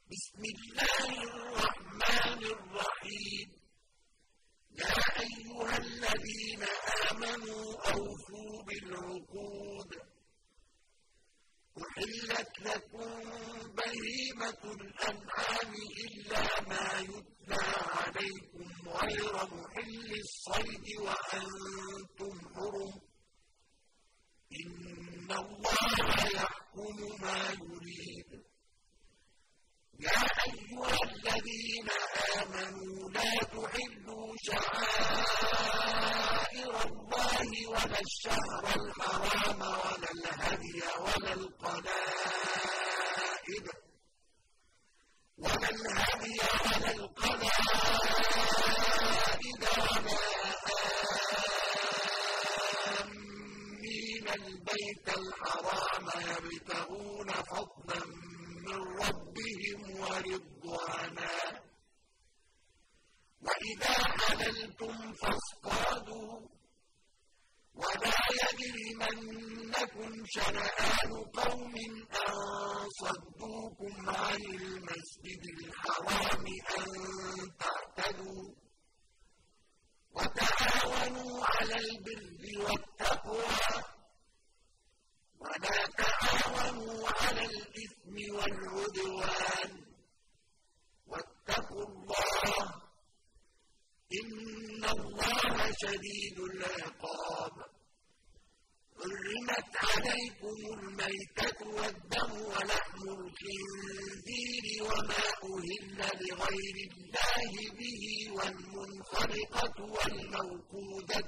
بسم الله الرحمن الرحيم يا أيها الذين آمنوا أوفوا بالعقود أحلت لكم بهيمة الأنعام إلا ما يتلى عليكم غير محل الصيد وأنتم حرم إن الله يحكم ما يريد يا أيها الذين آمنوا لا تحلوا شعائر الله ولا الشهر الحرام ولا الهدي ولا القلائد ولا آمين البيت الحرام يبتغون فضلا من ربهم ورضوانا وإذا حللتم فاصطادوا ولا يجرمنكم شنآن قوم أن صدوكم عن المسجد الحرام أن تعتدوا وتعاونوا على البر والتقوى ولا تعاونوا على الإثم والعدوان واتقوا الله إن الله شديد العقاب حرمت عليكم الميتة والدم ولحم الخنزير وما أهل لغير الله به والمنخلقة والموقوذة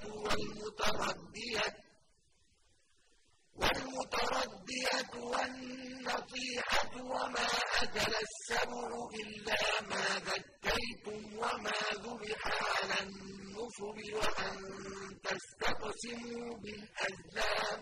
والمتردية والنطيحة وما أكل السبع إلا ما ذكيتم وما ذبح على النصب وأن تستقسموا بالأزلام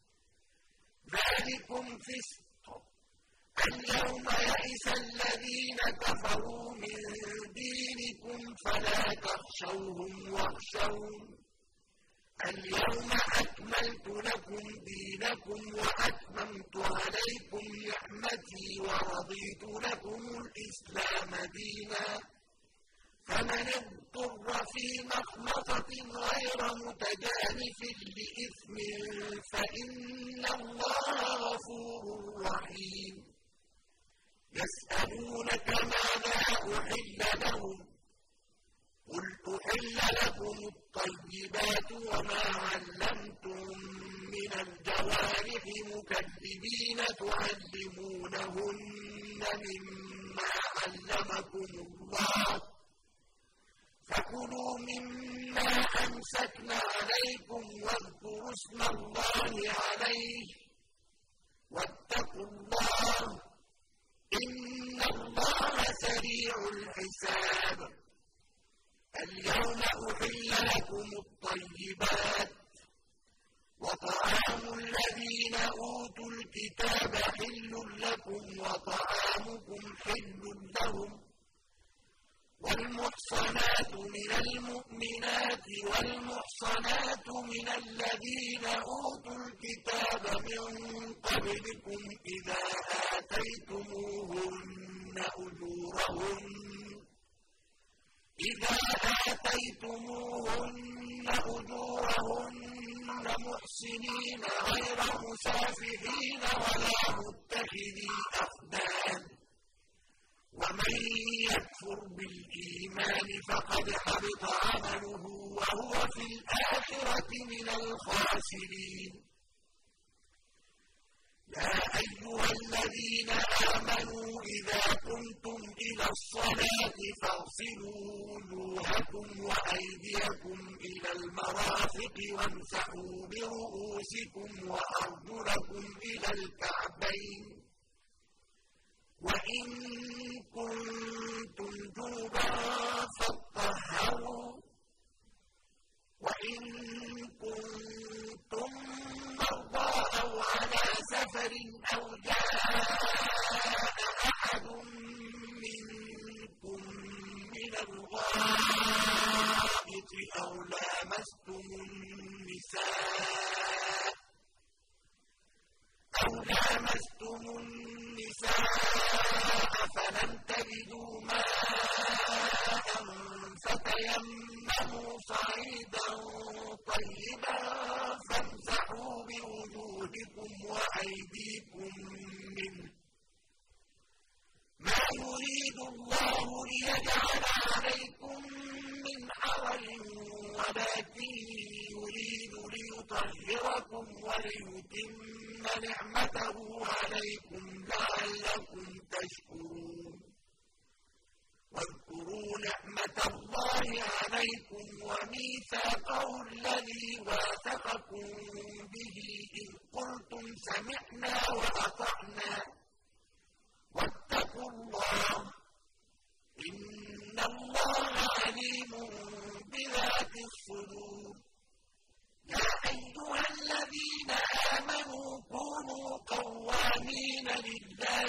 ذلكم فسق اليوم يئس الذين كفروا من دينكم فلا تخشوهم واخشون اليوم أكملت لكم دينكم وأتممت عليكم نعمتي ورضيت لكم الإسلام دينا فمن اضطر في مخمصة غير متجانف لإثم فإن الله غفور رحيم يسألونك ماذا أحل لهم قل أحل لكم الطيبات وما علمتم من الجوارح مكذبين تعلمونهن مما علمكم الله فكلوا مما أمسكنا عليكم واذكروا اسم الله عليه واتقوا الله إن الله سريع الحساب اليوم أحل لكم الطيبات وطعام الذين أوتوا الكتاب حل لكم وطعامكم حل لهم والمحصنات من المؤمنات والمحصنات من الذين أوتوا الكتاب من قبلكم إذا آتيتموهن أجورهن محسنين غير مسافحين ولا متخذي أخدان ومن يكفر بالإيمان فقد حبط عمله وهو في الآخرة من الخاسرين يا أيها الذين آمنوا إذا قمتم إلى الصلاة فاغسلوا وجوهكم وأيديكم إلى المرافق وامسحوا برؤوسكم وأرجلكم إلى الكعبين وإن كنتم جنبا فاطهروا وإن كنتم مرضى أو على سفر أو جاء أحد منكم من الغائط أو لامستم النساء فلم يريد الله ليجعل عليكم من حرج ولكن يريد ليطهركم وليتم نعمته عليكم لعلكم تشكرون واذكروا نعمة الله عليكم وميثاقه الذي واثقكم به إذ قلتم سمعنا وأطعنا واتقوا الله إن الله عليم بذات الصدور يا أيها الذين آمنوا كونوا قوامين لله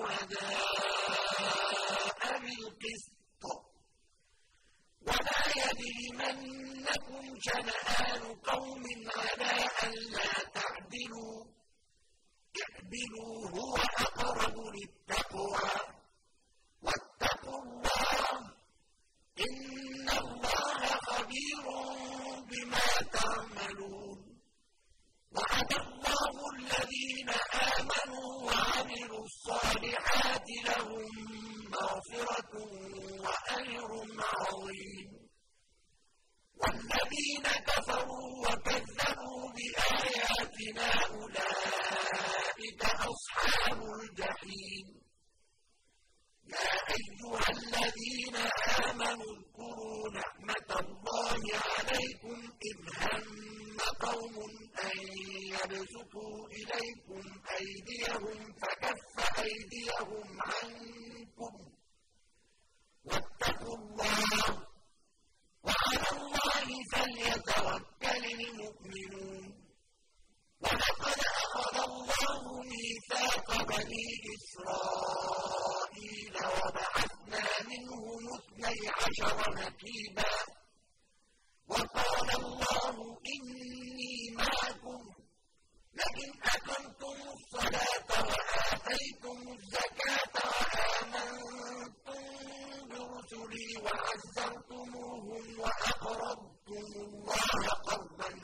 شهداء بالقسط ولا يجرمنكم شنآن قوم على ألا تعدلوا اعدلوا هو أقرب للتقوى واتقوا الله إن الله خبير بما تعملون وعد الله الذين آمنوا وعملوا الصالحات لهم مغفرة وأجر عظيم والذين كفروا وكذبوا بآياتنا أولئك أصحاب الجحيم يا أيها الذين آمنوا اذكروا نعمة الله عليكم إذ هم قوم أن يبسطوا إليكم أيديهم فكف أيديهم عنكم واتقوا الله وعلى الله فليتوكل المؤمنون ولقد أخذ الله ميثاق بني إسرائيل وبعثنا منهم 12 نقيبا وقال الله إني معكم لئن أقمتم الصلاة وآتيتم الزكاة وآمنتم برسلي وعزرتموهم وأقرضتم الله قرضا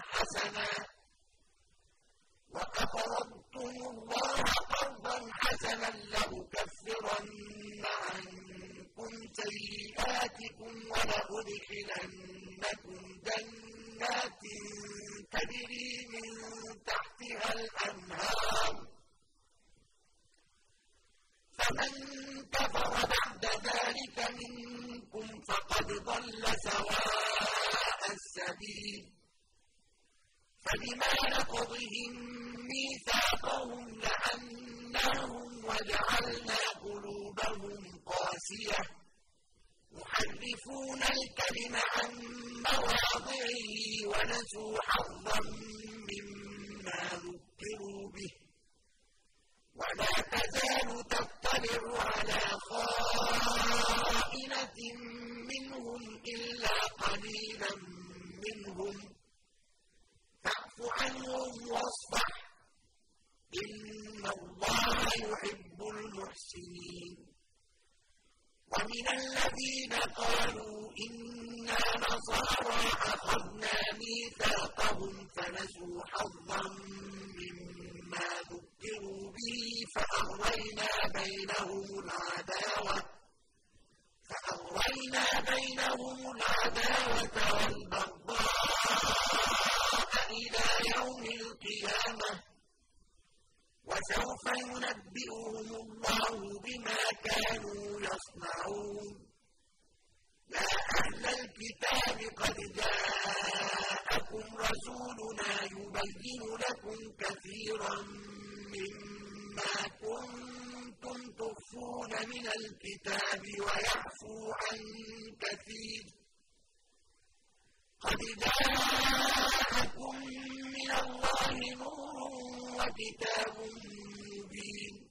حسنا لأكفرن عنكم سيئاتكم ولأدخلنكم جنات تجري من تحتها الأنهار فمن كفر بعد ذلك منكم فقد ضل سواء السبيل فبما نقضهم ميثاقهم لعناهم وجعلنا قلوبهم قاسية يحرفون الكلم عن مواضعه ونسوا حظا مما ذكروا به ولا تزال تطلع على خائنة منهم إلا قليلا منهم فاعف عنهم واصفح إن الله يحب المحسنين ومن الذين قالوا إنا نصارى أخذنا ميثاقهم فنسوا حظا مما ذكروا به فأغرينا بينهم العداوة والبغضاء إلى يوم القيامة وسوف ينبئهم الله بما كانوا يصنعون يا أهل الكتاب قد جاءكم رسولنا يبين لكم كثيرا مما كنتم تخفون من الكتاب ويعفو عن كثير قد جاءكم من الله نور وكتاب مبين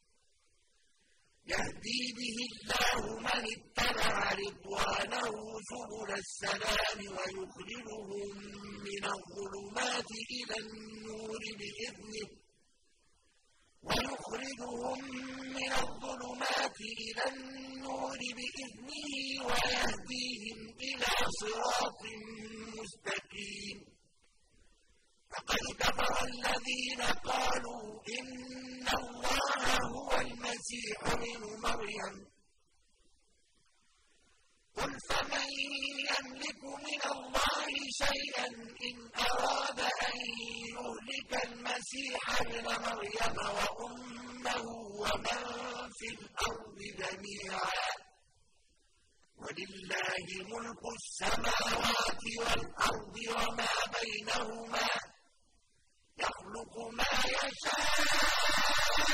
يهدي به الله من اتبع رضوانه سبل السلام ويخرجهم من الظلمات إلى النور بإذنه ويهديهم إلى صراط مستقيم فقد كفر الذين قالوا إن الله هو المسيح ابن مريم قل فمن يملك من الله شيئا إن أراد أن يهلك المسيح ابن مريم وأمه ومن في الأرض جميعا ولله ملك السماوات والأرض وما بينهما يخلق ما يشاء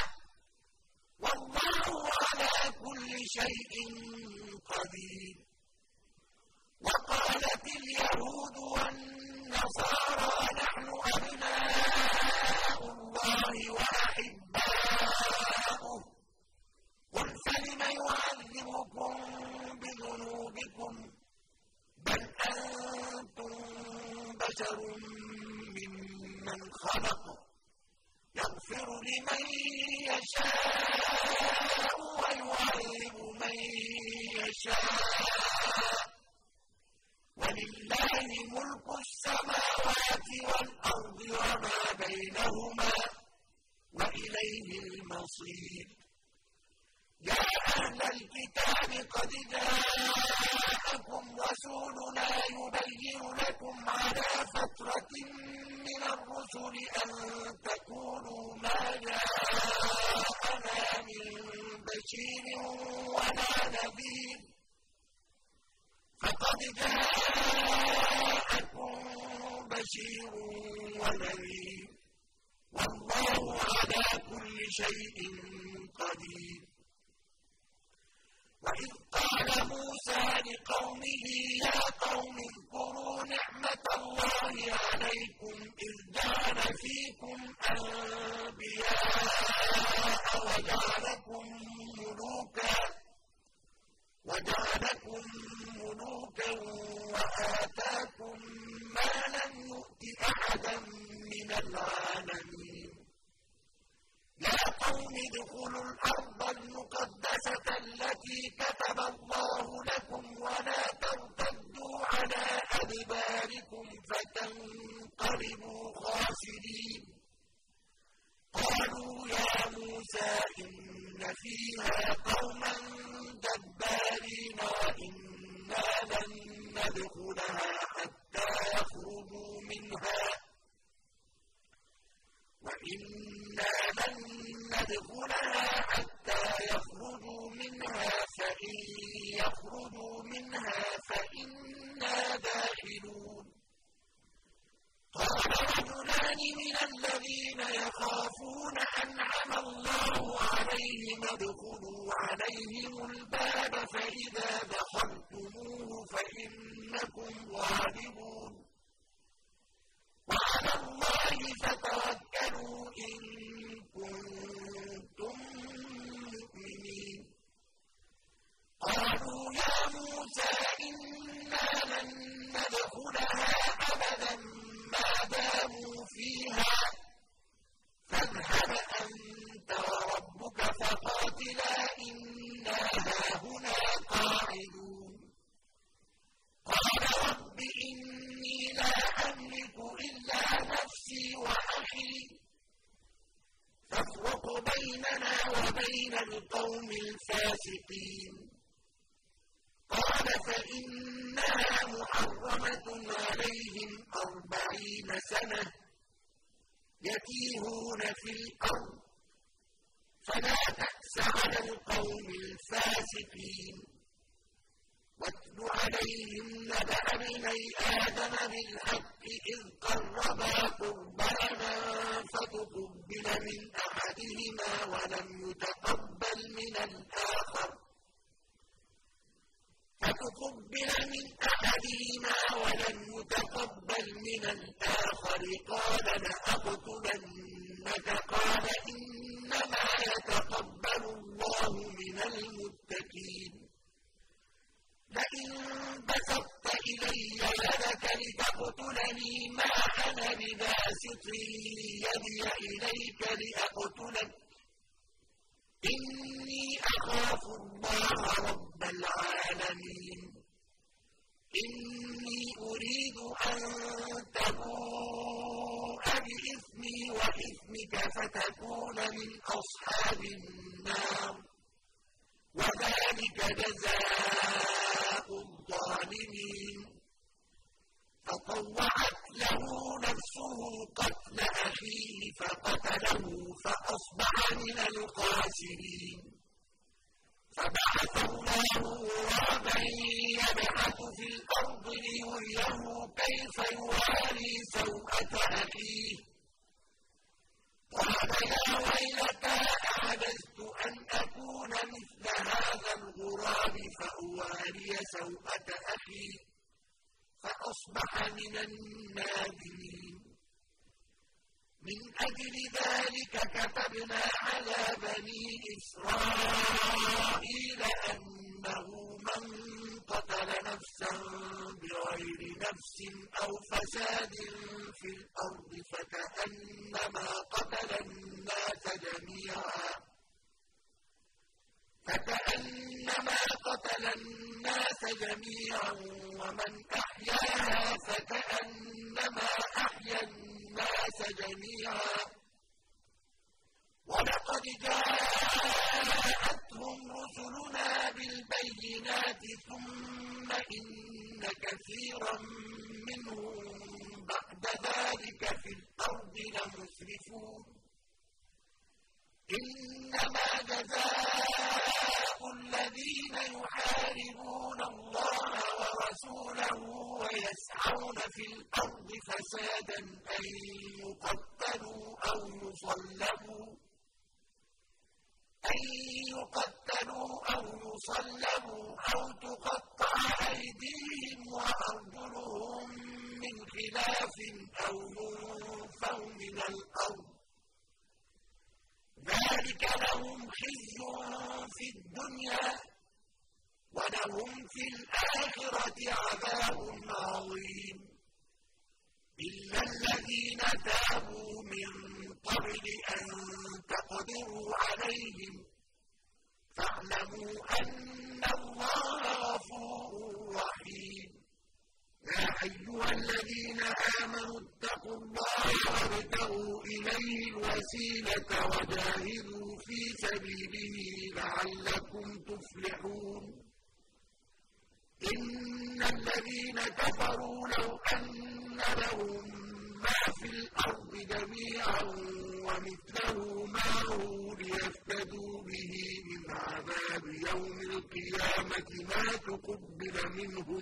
والله على كل شيء قدير. وقالت اليهود والنصارى نحن أبناء الله وأحباؤه قل فلم يعذبكم بذنوبكم بل أنتم بشر ممن خلق يغفر لمن يشاء ويعذب من يشاء ولله ملك السماوات والأرض وما بينهما وإليه المصير. يا أهل الكتاب قد جاءكم رسولنا يبين لكم على فترة من الرسل أن تقولوا ما جاءنا من بشير ولا نذير فقد جاءكم بشير ونذير والله على كل شيء قدير. وإذ قال موسى لقومه يا قوم اذكروا نعمة الله عليكم إذ جعل فيكم أنبياء وجعلكم ملوكا وآتاكم ما لم يؤت أحدا من العالمين. يا قوم ادخلوا الأرض المقدسة التي كتب الله لكم ولا ترتدوا على أدباركم فتنقلبوا خاسرين. قالوا يا موسى إن فيها قوما جبارين وإنا لن ندخلها حتى يخرجوا منها فإن يخرجوا منها فإنا داخلون. قال رجلان من الذين يخافون أنعم الله عليهم ادخلوا عليهم الباب فإذا دخلتموه فإنكم غالبون وعلى الله فتوكلوا إن كنتم مؤمنين. قالوا يا موسى إنا لن ندخلها أبدا ما داموا فيها فاذهب أنت وربك فقاتلا إنا هاهنا قاعدون. قال رب إني لا أملك إلا نفسي وأخي فافرق بيننا وبين القوم الفاسقين. قال فإنها محرمة عليهم 40 سنة يتيهون في الأرض فلا تأس على القوم الفاسقين. واتل عليهم نبأ ابني آدم بالحق إذ قربا قربانا فتقبل من أحدهما ولم يتقبل من الآخر قال لأقتلنك قال إنما يتقبل الله من المتقين. لئن بسطت إلي يدك لتقتلني ما أنا بباسط يدي إليك لأقتلك إني أخاف الله رب العالمين. إني أريد أن تبوء بإثمي وإثمك فتكون من أصحاب النار وذلك جزاء فقتله فأصبح من الخاسرين. فبعث الله غرابا يبحث في الأرض ليريه كيف يواري سوءة أخيه قال يا ويلتى أعجزت أن أكون مثل هذا الغراب فأواري سوءة أخي فأصبح من النادمين. من أجل ذلك كتبنا على بني إسرائيل أنه من قتل نفسا بغير نفس أو فساد في الأرض فكأنما قتل الناس جميعا ومن أحياها فكأنما أحيا الناس جميعا. ولقد جاءتهم رسلنا بالبينات ثم إن كثيرا منهم بعد ذلك في الأرض لمسرفون. إنما جزاء الذين يحاربون الله ورسوله ويسعون في الأرض فسادا أن يقتلوا أو يصلبوا أو تقطع أيديهم وأرجلهم من خلاف أو ينفوا من الأرض. ذلك لهم خزي في الدنيا ولهم في الآخرة عذاب عظيم. إلا الذين تابوا من قبل أن تقدروا عليهم فاعلموا أن الله غفور رحيم. يا أيها الذين آمنوا اتقوا الله وابتغوا إليه الوسيلة وجاهدوا في سبيله لعلكم تفلحون. إن الذين كفروا لو أن لهم ما في الأرض جميعا ومثله معه ليفتدوا به من عذاب يوم القيامة ما تقبل منهم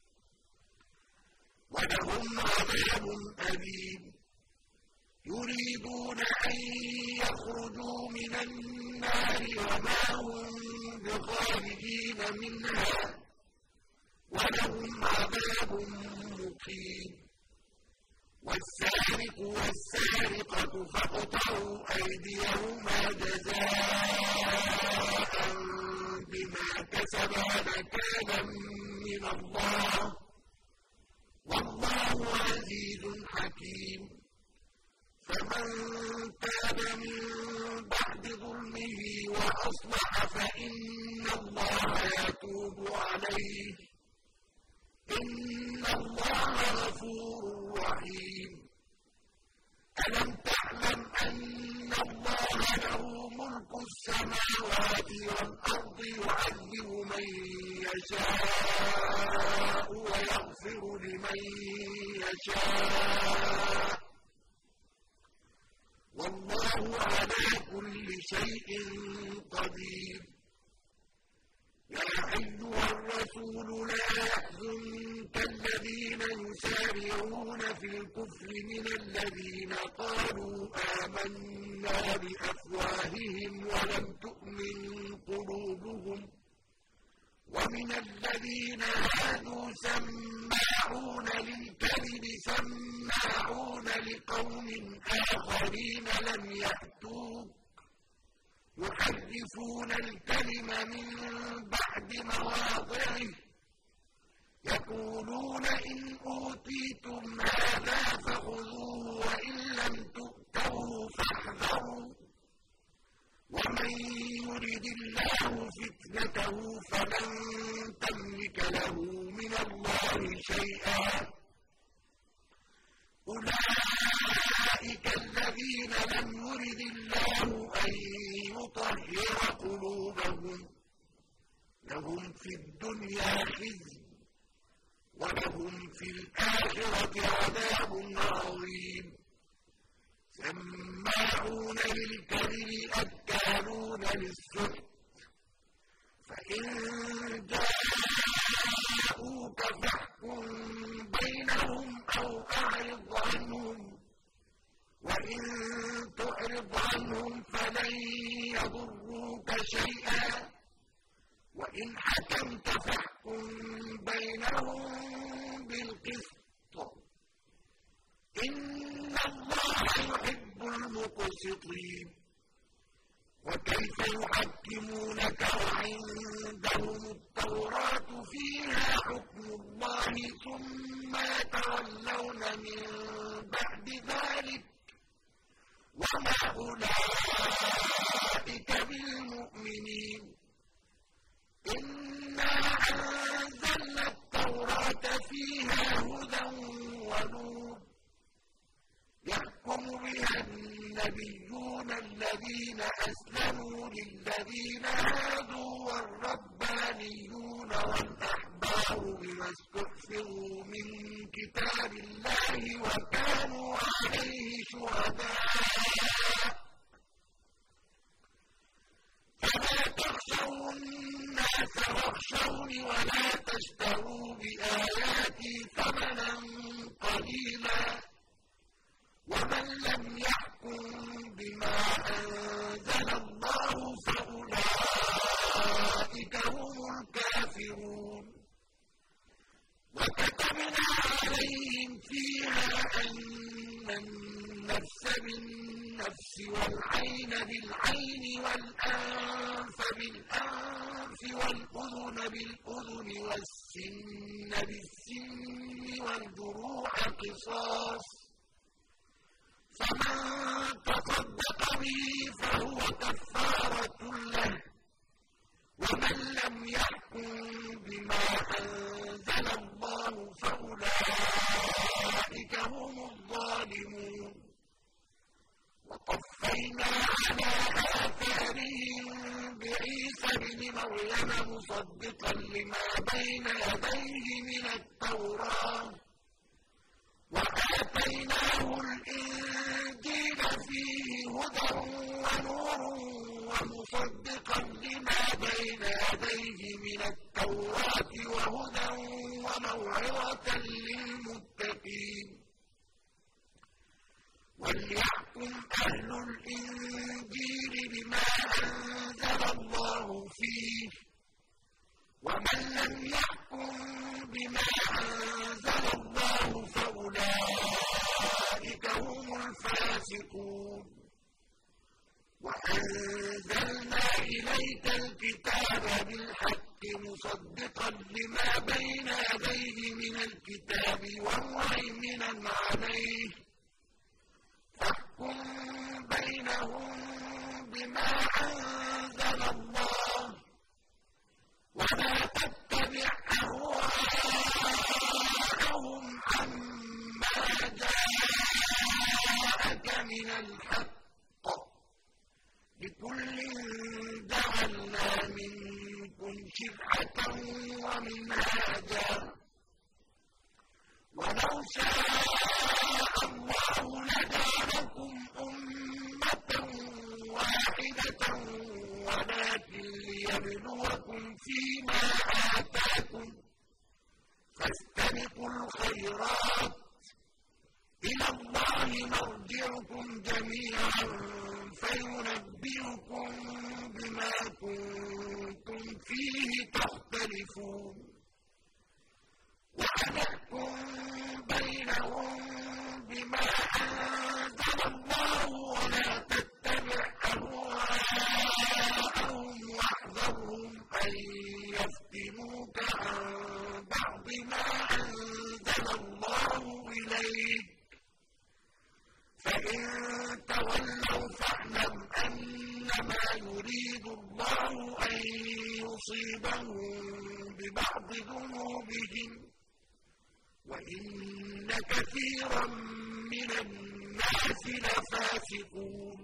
ولهم عذاب أليم. يريدون أن يخرجوا من النار وما هم بخارجين منها ولهم عذاب مقيم. والسارق والسارقة فاقطعوا أيديهما جزاء بما كسبا نكالا من الله والله عزيز حكيم. فمن تاب من بعد ظلمه وأصلح فإن الله يتوب عليه إن الله غفور رحيم. ألم تعلم أن الله له ملك السماوات والأرض يعذب من يشاء ويغفر لمن يشاء والله على كل شيء قدير. يا أيها الرسول لا يحزنك الذين يسارعون في الكفر من الذين قالوا آمنا بأفواههم ولم تؤمن قلوبهم ومن الذين هادوا سماعون للكذب سماعون لقوم آخرين لم يأتوك يحرفون الكلم من بعد مواضعه يقولون إن أوتيتم هذا فخذوه وإن لم تؤتوه فاحذروا ومن يرد الله فتنته فلن تملك له من الله شيئا. أولئك الذين لم يرد الله أن يطهر قلوبهم لهم في الدنيا خزي ولهم في الآخرة عذاب عظيم. سماعون للكذب أكالون للسحت فإن جاءوك فاحكم بينهم أو أعرض عنهم وإن تعرض عنهم فلن يضروك شيئا وإن حكمت فاحكم بينهم بالقسط إن الله يحب المقسطين وكيف يحكمونك وعندهم التوراة فيها حكم الله ثم يتولون من بعد ذلك وما أولئك بالمؤمنين إنا أنزلنا التوراة فيها هدى ونور يحكم بها النبيون الذين أسلموا للذين هادوا والربانيون والأحبار بما استحفظوا من كتاب الله وكانوا عليه شهداء فلا تخشوا الناس واخشوني ولا تشتروا بآياتي ثمنا قليلا ومن لم يحكم بما أنزل الله فأولئك هم الكافرون وكتبنا عليهم فيها أن النفس بالنفس والعين بالعين والأنف بالأنف والأذن بالأذن والسن بالسن والجروح قصاص فمن تصدق به فهو كفارة له ومن لم يحكم بما أنزل الله فأولئك هم الظالمون وقفينا على آثارهم بعيسى ابن مريم مصدقا لما بين يديه من التوراة وآتيناه الإنجيل فيه هدى ونور ومصدقا لما بين يديه من التوراة وهدى وموعظة للمتقين وليحكم أهل الإنجيل بما أنزل الله فيه ومن لم يحكم بما أنزل الله فأولئك هم الفاسقون وأنزلنا إليك الكتاب بالحق مصدقا لما بين يديه من الكتاب ومهيمنا عليه فاحكم بينهم بما أنزل الله ولا تتبع أهواءهم عما جاءك من الحق لكل جعلنا منكم شرعة ومنهاجا ولو شاء الله لجعلكم أمة واحدة ولكن ليبلوكم فيما آتاكم فاستبقوا الخيرات إلى الله مرجعكم جميعا فينبئكم بما كنتم فيه تختلفون وأنحكم بينهم بما أنزل الله ولا تتبع أهواءهم واحذرهم أن يفتنوك عن بعض ما أنزل الله إليك فإن تولوا فاعلم أنما يريد الله أن يصيبهم ببعض ذنوبهم وإن كثيرا من الناس لفاسقون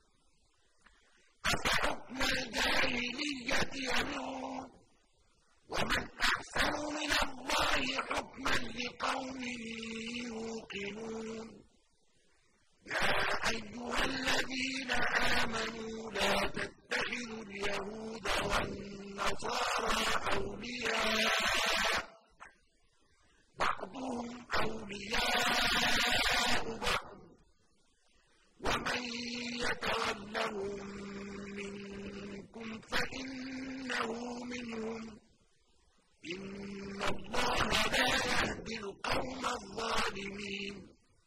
أفحكم الجاهلية يبغون ومن أحسن من الله حكما لقوم يوقنون يا أيها الذين آمنوا لا تتخذوا اليهود والنصارى أولياء بعضهم أولياء بعض ومن يتولهم منكم فإنه منهم إن الله لا يهدي القوم الظالمين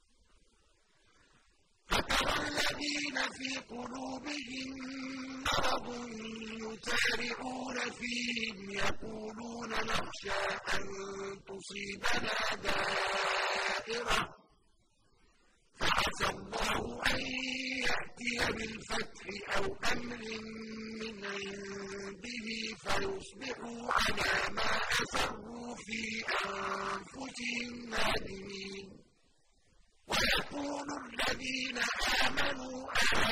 فترى الذين في قلوبهم مرض يسارعون فيهم يقولون نخشى أن تصيبنا دائرة فعسى الله أن يأتي بالفتح أو أمر من عنده فيصبحوا على ما أسروا في أنفسهم نادمين ويقول الذين آمنوا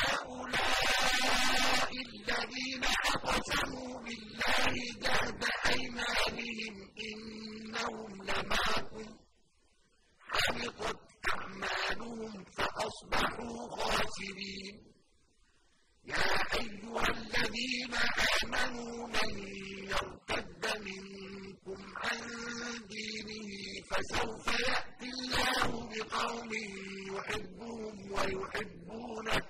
أهؤلاء الذين أقسموا بالله جهد أيمانهم إنهم لمعكم حبطت أعمالهم فأصبحوا خاسرين يا أيها الذين آمنوا من يرتد منكم عن دينه فسوف يأتي الله بقوم يحبهم ويحبونه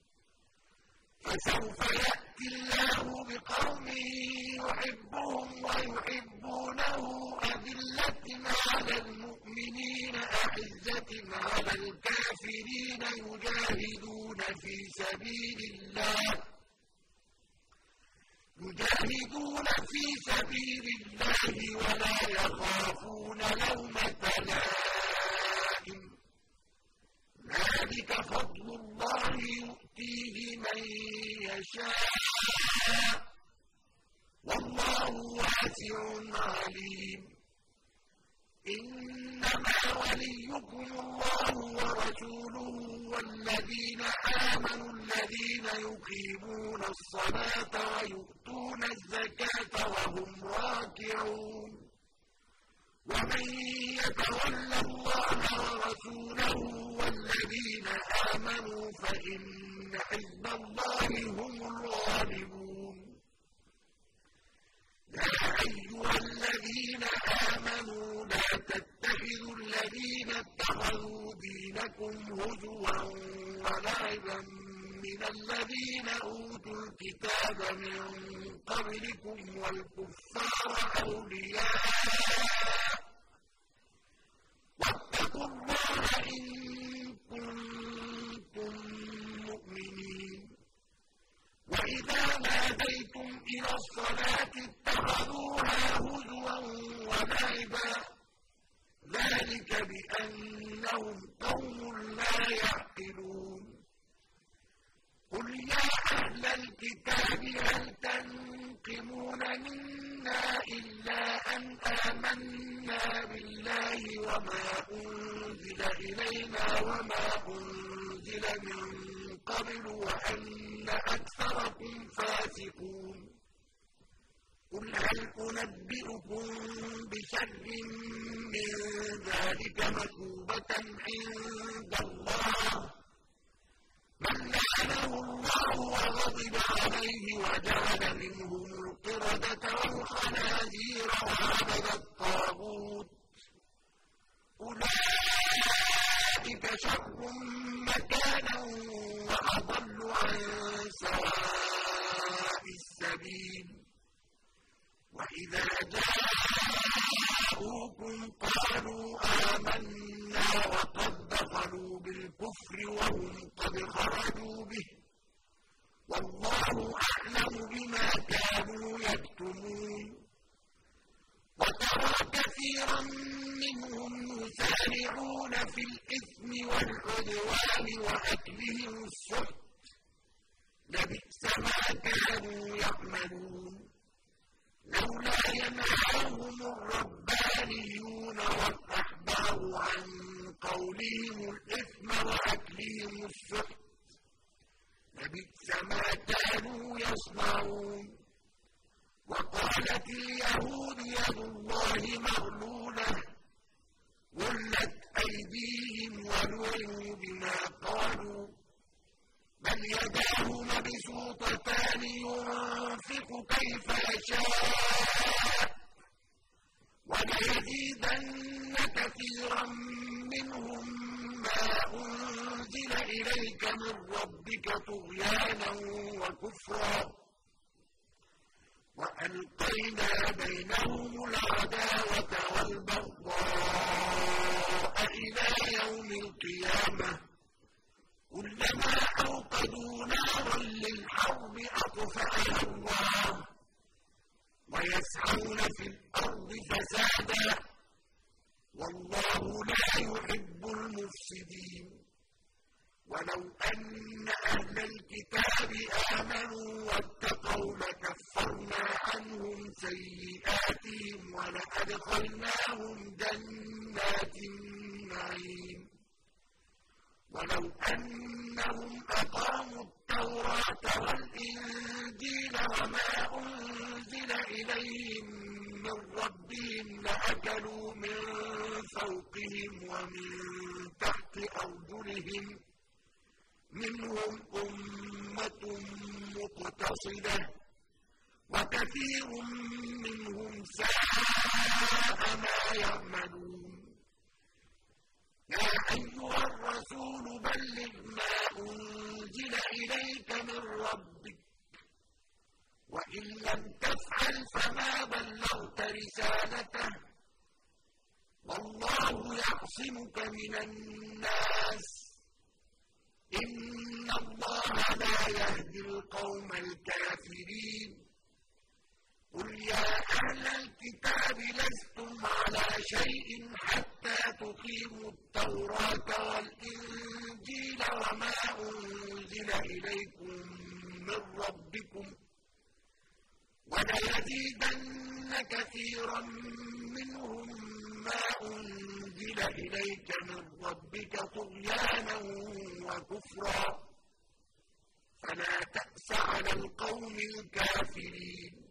أذلة على المؤمنين أعزة على الكافرين يجاهدون في سبيل الله ولا يخافون لومة لائم ذلك فضل الله يؤتيه من يشاء والله واسع عليم إنما وليكم الله ورسوله والذين آمنوا الذين يقيمون الصلاة ويؤتون الزكاة وهم راكعون ومن يتول الله ورسوله والذين آمنوا فإن حزب الله هم الغالبون يا أيها الذين آمنوا لا تتخذوا الذين اتخذوا دينكم هزوا ولعبا من الذين أوتوا الكتاب من قبلكم والكفار أولياء واتقوا الله إن كنتم مؤمنين وإذا ناديتم إلى الصلاة اتخذوها هزوا ولعبا ذلك بأنهم قوم لا يعقلون قل يا أهل الكتاب هل تنقمون منا إلا أن آمنا بالله وما أنزل إلينا وما أنزل من قبل وأن أكثركم فاسقون قل هل أنبئكم بشر من ذلك مثوبة عند الله من لعنه الله وغضب عليه وجعل منهم القردة والخنازير وعبد الطاغوت أولئك شر مكانا وأضل عن سواء السبيل وإذا جاءوكم قالوا آمنا وقد دخلوا بالكفر وهم قد خرجوا به والله أعلم بما كانوا يكتمون وترى كثيرا منهم يسارعون في الإثم والعدوان وأكلهم السحت لبئس ما كانوا يعملون لولا ينهاهم الربانيون والأحبار عن قولهم الإثم وأكلهم السحت لبئس ما كانوا يصنعون وقالت اليهود يد الله مغلولة غلت أيديهم ولعنوا بما قالوا يعملون بل يداه مبسوطتان ينفق كيف يشاء وليزيدن كثيرا منهم ما أنزل إليك من ربك طغيانا وكفرا وألقينا بينهم العداوة والبغضاء إلى يوم القيامة كلما أوقدوا نارا للحرب أطفأها الله ويسعون في الأرض فسادا والله لا يحب المفسدين ولو أن أهل الكتاب آمنوا واتقوا لكفرنا عنهم سيئاتهم ولأدخلناهم جنات النعيم ولو أنهم أقاموا التوراة والإنجيل وما أنزل إليهم من ربهم لأكلوا من فوقهم ومن تحت أرجلهم منهم أمة مقتصدة وكثير منهم ساء ما يعملون يا أيها الرسول بلغ ما أنزل إليك من ربك وإن لم تفعل فما بلغت رسالته والله يعصمك من الناس إن الله لا يهدي القوم الكافرين قل يا أهل الكتاب لستم على شيء حتى تقيموا التوراة والإنجيل وما أنزل إليكم من ربكم وليزيدن كثيرا منهم ما أنزل إليك من ربك طغيانا وكفرا فلا تأس على القوم الكافرين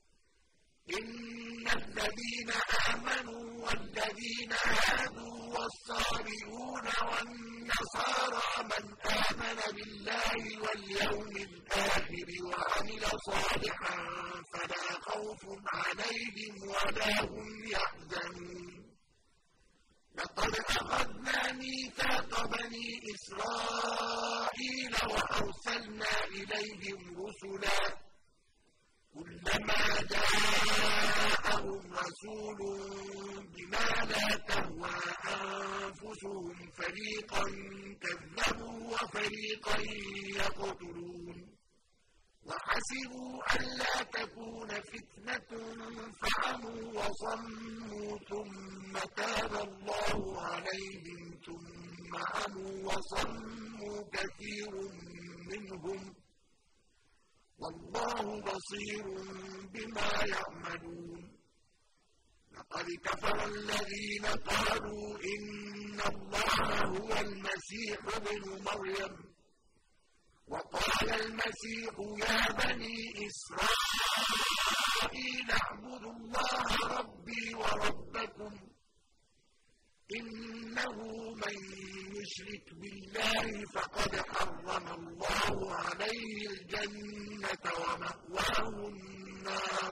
إن الذين آمنوا والذين هادوا والصابئون والنصارى من آمن بالله واليوم الآخر وعمل صالحا فلا خوف عليهم ولا هم يحزنون لقد أخذنا ميثاق بني إسرائيل وأرسلنا إليهم رسلا كلما جاءهم رسول بما لا تهوى أنفسهم فريقا كذبوا وفريقا يقتلون وحسبوا ألا تكون فتنة فعموا وصموا ثم تاب الله عليهم ثم عموا وصموا كثير منهم والله بصير بما يعملون لقد كفر الذين قالوا إن الله هو المسيح ابن مريم وقال المسيح يا بني إسرائيل اعبدوا الله ربي وربكم إنه من يشرك بالله فقد حرم الله عليه الجنة ومأواه النار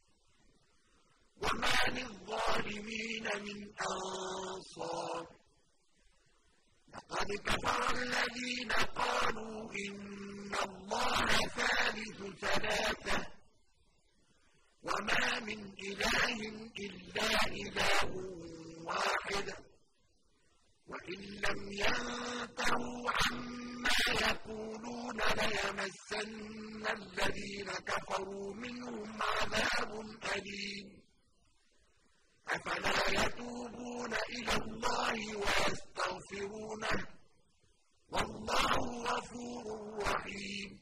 وما للظالمين من أنصار لقد كفر الذين قالوا إن الله ثالث ثلاثة وما من إله إلا إله واحد وإن لم ينتهوا عما يقولون ليمسن الذين كفروا منهم عذاب أليم أفلا يتوبون إلى الله ويستغفرونه والله غفور رحيم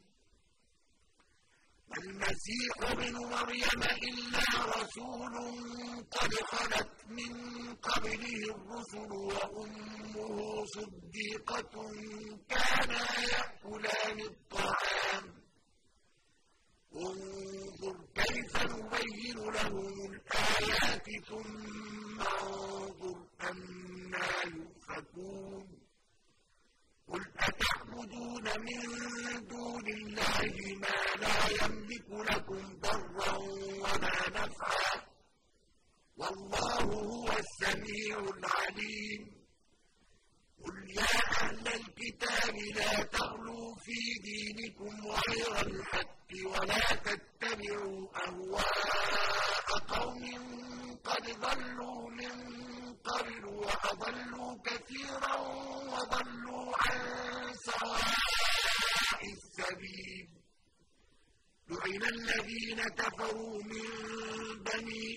المسيح ابن مريم إلا رسول قد خلت من قبله الرسل وأمه صديقة كانا يأكلان الطعام انظر كيف نبين لهم الآيات ثم انظر أنى يؤفكون قل أتعبدون السميع العليم قل يا أهل الكتاب لا تغلوا في دينكم غير الحق ولا تتبعوا أهواء قوم قد ضلوا من قبل وأضلوا كثيرا وضلوا عن سواء السبيل لعن الذين كفروا من بني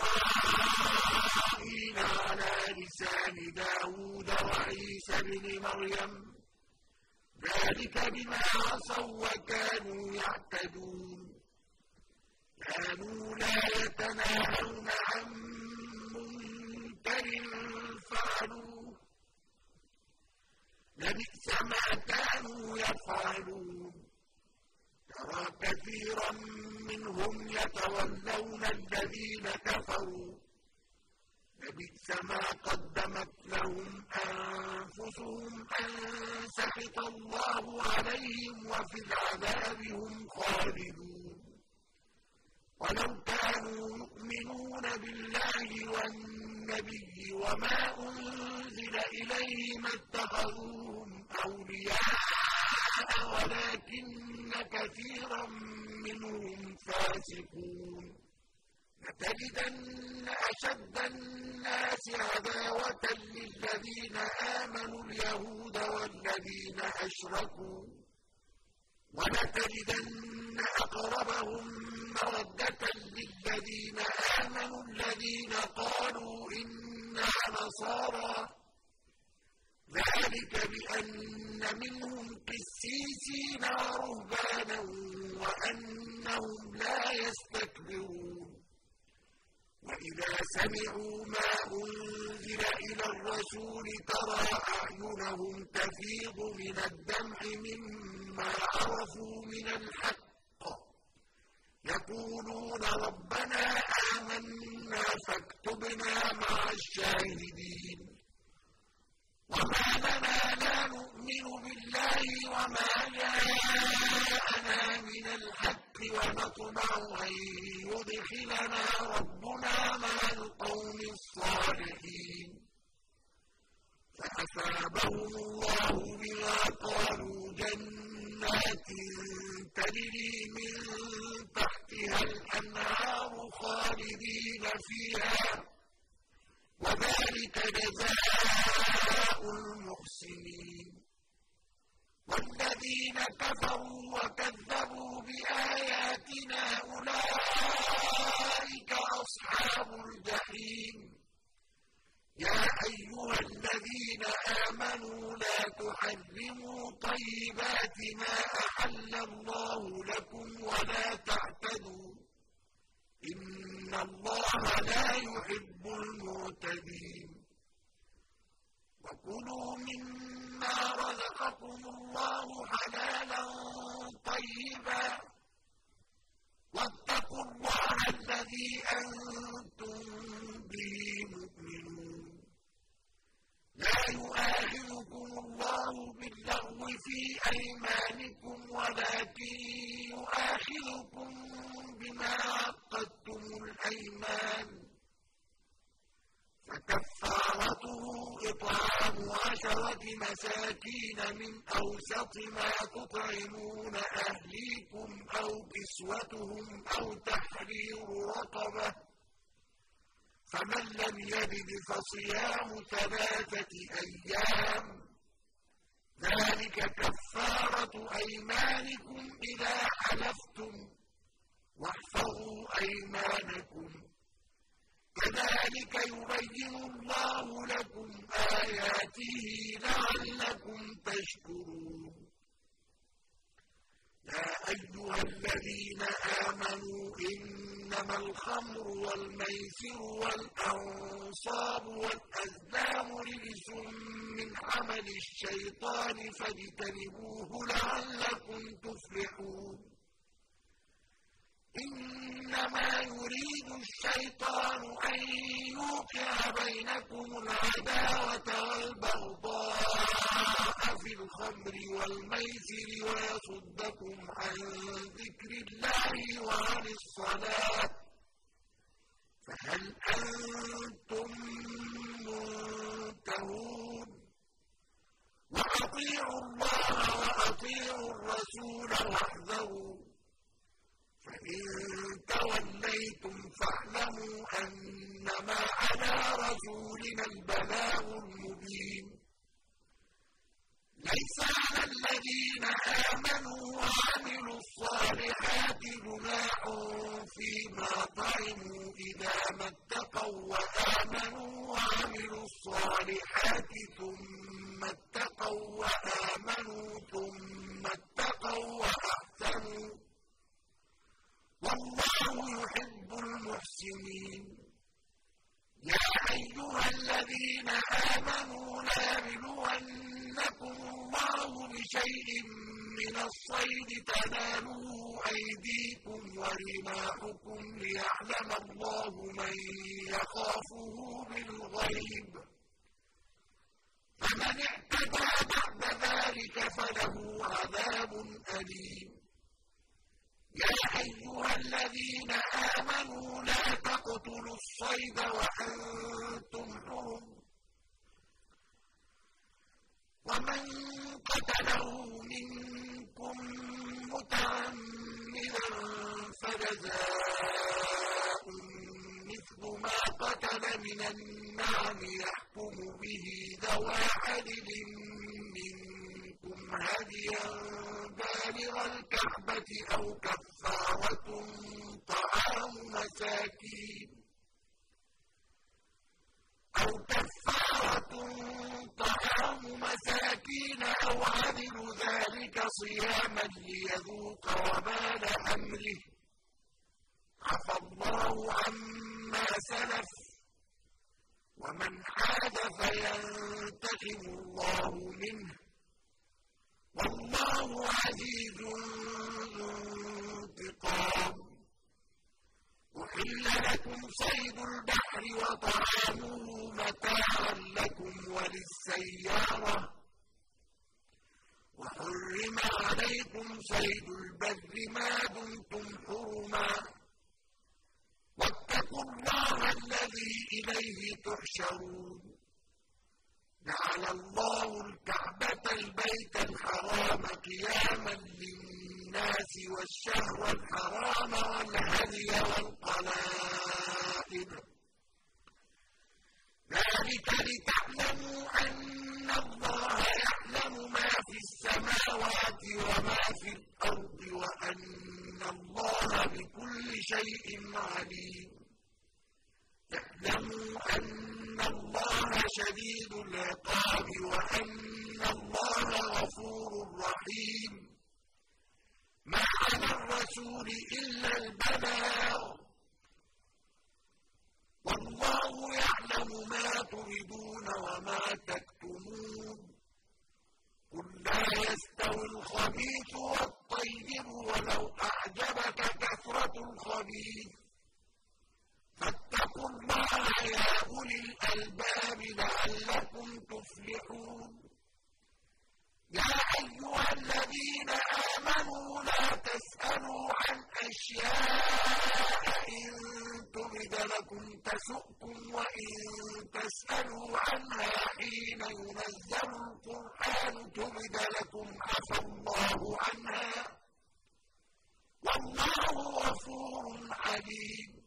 إسرائيل على لسان داود وعيسى بن مريم ذلك بما عصوا وكانوا يعتدون كانوا لا يتناهون عن منكر فعلوه لبئس ما كانوا يفعلون ترى كثيرا منهم يتولون الذين كفروا لبئس ما قدمت لهم أنفسهم أن سخط الله عليهم وفي العذاب هم خالدون ولو كانوا يؤمنون بالله والنبي وما أنزل إليه ما اتخذوهم أولياء ولكن كثيرا منهم فاسقون لتجدن أشد الناس عداوة للذين آمنوا اليهود والذين أشركوا ولتجدن أقربهم مودة للذين آمنوا الذين قالوا إنا نصارى ذلك بأن منهم قسيسين ورهبانا وأنهم لا يستكبرون وإذا سمعوا ما أنزل إلى الرسول ترى أعينهم تفيض من الدمع مما عرفوا من الحق يقولون ربنا آمنا فاكتبنا مع الشاهدين وما لنا لا نؤمن بالله وما جاءنا من الحق ونطمع أن يدخلنا ربنا مع القوم الصالحين فأثابهم الله بما قالوا جنات تجري من تحتها الأنهار خالدين فيها وذلك جزاء المحسنين والذين كفروا وكذبوا بآياتنا أولئك أصحاب الجحيم يا أيها الذين آمنوا لا تحرموا طيبات ما أحل الله لكم ولا تعتدوا إن الله لا يحب المعتدين وكلوا مما رزقكم الله حلالا طيبا واتقوا الله الذي أنتم به مؤمنون لا يؤاخذكم الله باللغو في أيمانكم ولكن يؤاخذكم بما عقدتم الأيمان فكفارته إطعام 10 مساكين من أوسط ما تطعمون أهليكم أو كسوتهم أو تحرير رقبة فمن لم يجد فصيام 3 أيام ذلك كفارة أيمانكم إذا حلفتم واحفظوا أيمانكم كذلك يبين الله لكم آياته لعلكم تشكرون يا أيها الذين آمنوا إنما الخمر والميسر والأنصاب والأزلام رجس من عمل الشيطان فاجتنبوه لعلكم تفلحون إنما يريد الشيطان أن يوقع بينكم العداوة والبغضاء في الخمر والميسر ويصدكم عن ذكر الله وعن الصلاة فهل أنتم تفقهون وأطيعوا الله وأطيعوا الرسول واحذروا فإن توليتم فاعلموا أنما على رسولنا البلاغ المبين ليس على الذين آمنوا وعملوا الصالحات جناح فيما طعموا إذا ما اتقوا وآمنوا وعملوا الصالحات ثم اتقوا وآمنوا ثم اتقوا وأحسنوا والله يحب المحسنين يا أيها الذين آمنوا ليبلونكم الله بشيء من الصيد تناله أيديكم ورماحكم ليعلم الله من يخافه بالغيب فمن اعتدى بعد ذلك فله عذاب أليم يا أيها الذين آمنوا لا تقتلوا الصيد وأنتم حرم ومن قتله منكم متعمدا فجزاء مثل ما قتل من النعم يحكم به ذوى عدل منكم هديا بالغ الكعبة أو كفارة طعام مساكين أو عدل ذلك صياما ليذوق وبال أمره عفى الله عما سلف ومن عاد فينتقم الله منه والله عزيز ذو انتقام أحل لكم صيد البحر وطعامه متاعا لكم وللسيارة وحرم عليكم صيد البر ما دمتم حرما واتقوا الله الذي إليه تحشرون جعل الله الكعبة البيت الحرام قياما للناس والشهر الحرام والهدي والقلائد ذلك لتعلموا أن الله يعلم ما في السماوات وما في الأرض وأن الله بكل شيء عليم اعلموا أن الله شديد العقاب وأن الله غفور رحيم ما على الرسول إلا البلاغ والله يعلم ما تبدون وما تكتمون قل لا يستوي الخبيث والطيب ولو أعجبك كثرة الخبيث فاتقوا الله يا أولي الألباب لعلكم تفلحون يا أيها الذين آمنوا لا تسألوا عن أشياء إن تبد لكم تسؤكم وإن تسألوا عنها حين ينزل القرآن تبد لكم عفى الله عنها والله غفور حليم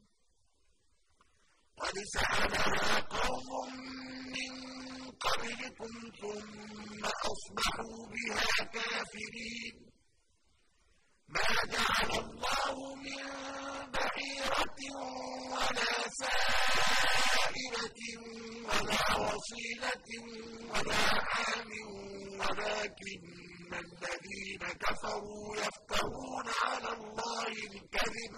قد سألها قوم من قبلكم ثم أصبحوا بها كافرين ما جعل الله من بحيرة ولا سائبة ولا وصيلة ولا عام ولكن الذين كفروا يفترون على الله الكذب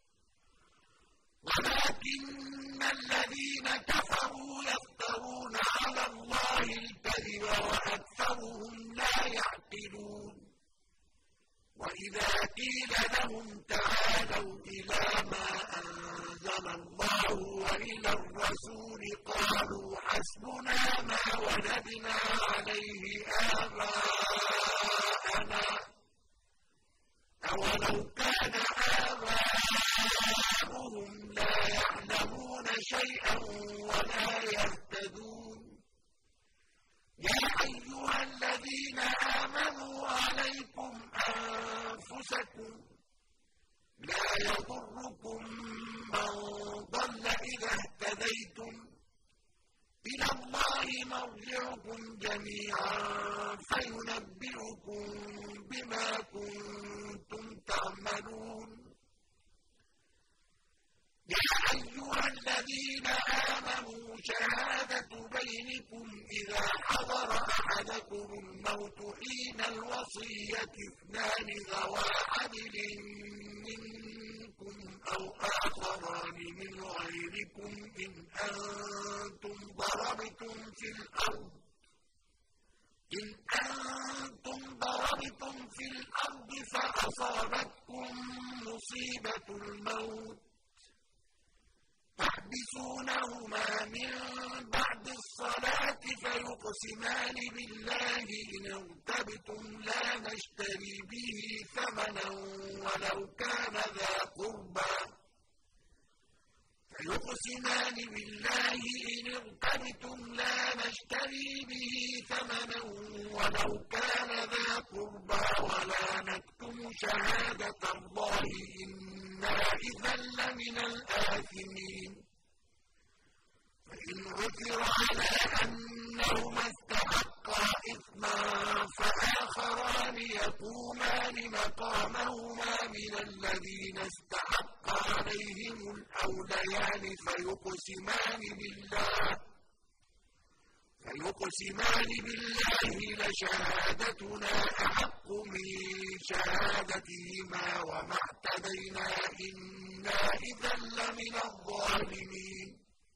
وأكثرهم لا يعقلون وإذا قيل لهم تعالوا إلى ما أنزل الله وإلى الرسول قالوا حسبنا ما وجدنا عليه آباءنا أولو كان آباؤهم لا يعلمون شيئا ولا يهتدون تهتدون لا يضركم من ضل إذا اهتديتم إلى الله مرجعكم جميعا فينبئكم بما كنتم تعملون يا أيها الذين آمنوا شهادة بينكم إذا حضر أحدكم الموت حين الوصية اثنان ذوى عدل منكم أو آخران من غيركم إن أنتم ضربتم في الأرض فأصابتكم مصيبة الموت تحبسونهما من بعد الصلاة فيقسمان بالله إن ارتبتم لا نشتري به ثمنا ولو كان ذا قربى ولا نكتم شهادة الله إنا إذا لمن الآثمين فإن عثر على أنهما استحقا إثما فآخران يقومان مقامهما من الذين استحق عليهم الأوليان فيقسمان بالله لشهادتنا أحق من شهادتهما وما اعتدينا إنا إذا لمن الظالمين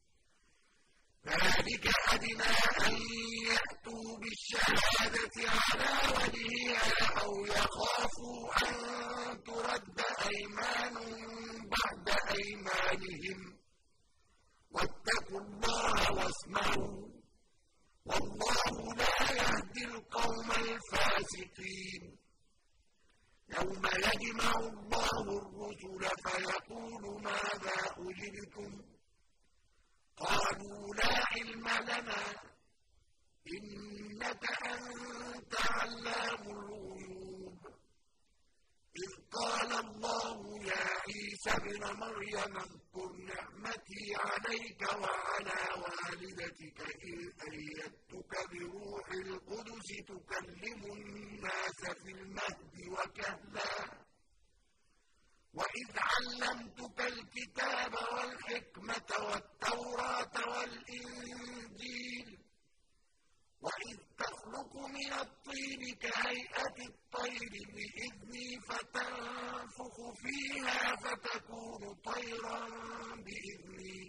ذلك أدنى أن يأتوا بالشهادة على وجهها أو يخافوا أن ترد أيمان بعد أيمانهم واتقوا الله واسمعوا والله لا يهدي القوم الفاسقين يوم يجمع الله الرسل فيقول ماذا أجبتم قالوا لا علم لنا إنك أنت علام الغيوب إذ قال الله يا عيسى ابن مريم اذكر نعمتي عليك وعلى والدتك إذ أيدتك بروح القدس تكلم الناس في المهد وكهلا وإذ علمتك الكتاب والحكمة والتوراة والإنجيل وإذ تخلق من الطين كهيئة الطير بإذني فتنفخ فيها فتكون طيرا بإذني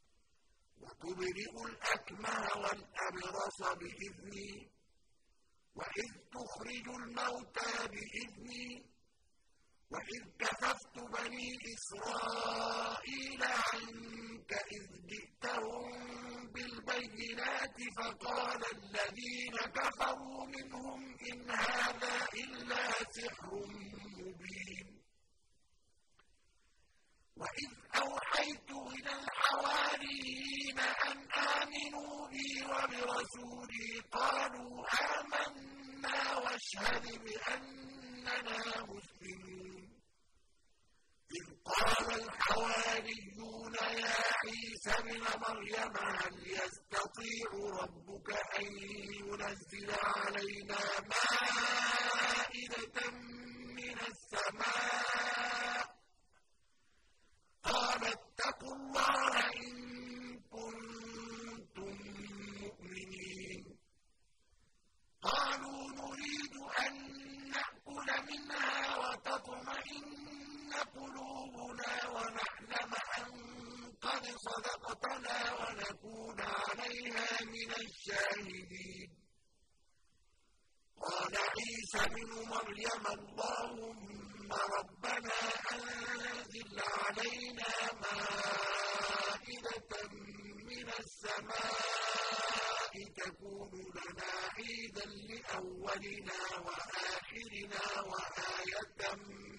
وتبرئ الأكمه والأبرص بإذني وإذ تخرج الموتى بإذني وإذ كففت بني إسرائيل عنك إذ جئتهم بالبينات فقال الذين كفروا منهم إن هذا إلا سحر مبين وإذ أوحيت إلى الحواريين أن آمنوا بي وبرسولي قالوا آمنا واشهد بأننا مسلمون إذ قال الحواريون يا عيسى ابن مريم هل يستطيع ربك أن ينزل علينا مائدة من السماء قال اتقوا الله إن كنتم مؤمنين قالوا نريد أن نأكل منها وتطمئن قلوبنا ونعلم أن قد صدقتنا ونكون عليها من الشاهدين قال عيسى ابن مريم اللهم ربنا أنزل علينا مائدة من السماء تكون لنا عيدا لأولنا وآخرنا وآية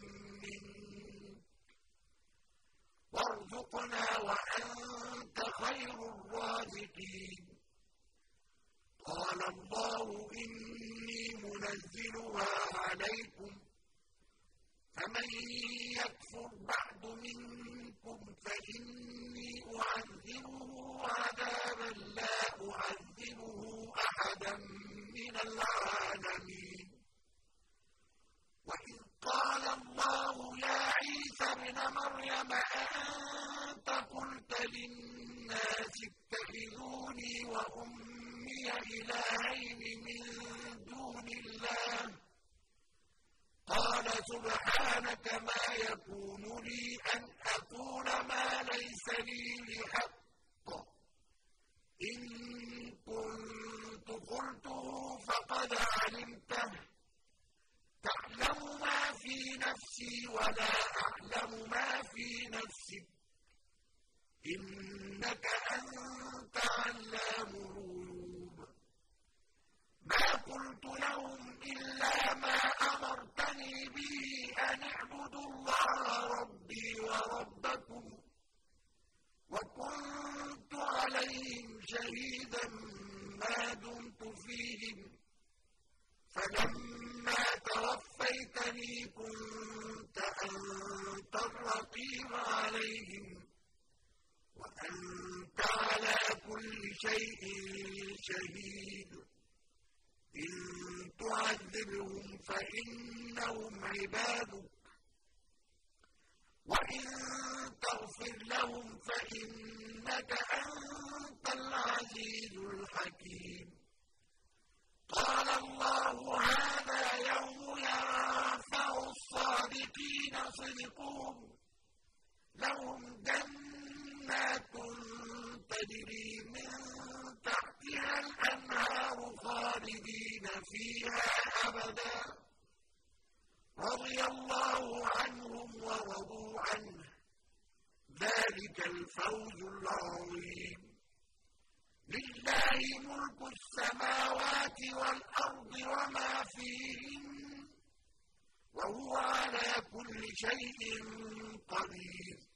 وارزقنا وأنت خير الرازقين قال الله إني منزلها عليكم فمن يكفر بعد منكم فإني أعذبه عذابا لا أعذبه أحدا من العالمين. وإذ قال الله يا عيسى ابن مريم أأنت قلت للناس اتخذوني وأمي إلهين من دون الله قال سبحانك ما يكون لي أن أقول ما ليس لي بحق إن كنت قلته فقد علمته تعلم ما في نفسي ولا أعلم ما في نفسك إنك أنت علام الغيوب. ما قلت لهم إلا ما أمرتني به أن اعبدوا الله ربي وربكم وكنت عليهم شهيدا ما دمت فيهم فلما توفيتني كنت أنت الرقيب عليهم وأنت على كل شيء شهيد. إن تعذبهم فإنهم عبادك وإن تغفر لهم فإنك أنت العزيز الحكيم. قال الله هذا يوم ينفع الصادقين صدقهم لهم جنات تجري من تحتها الأنهار خالدين فيها أبدا رضي الله عنهم ورضوا عنه ذلك الفوز العظيم. لله ملك السماوات والأرض وما فيهن وهو على كل شيء قدير.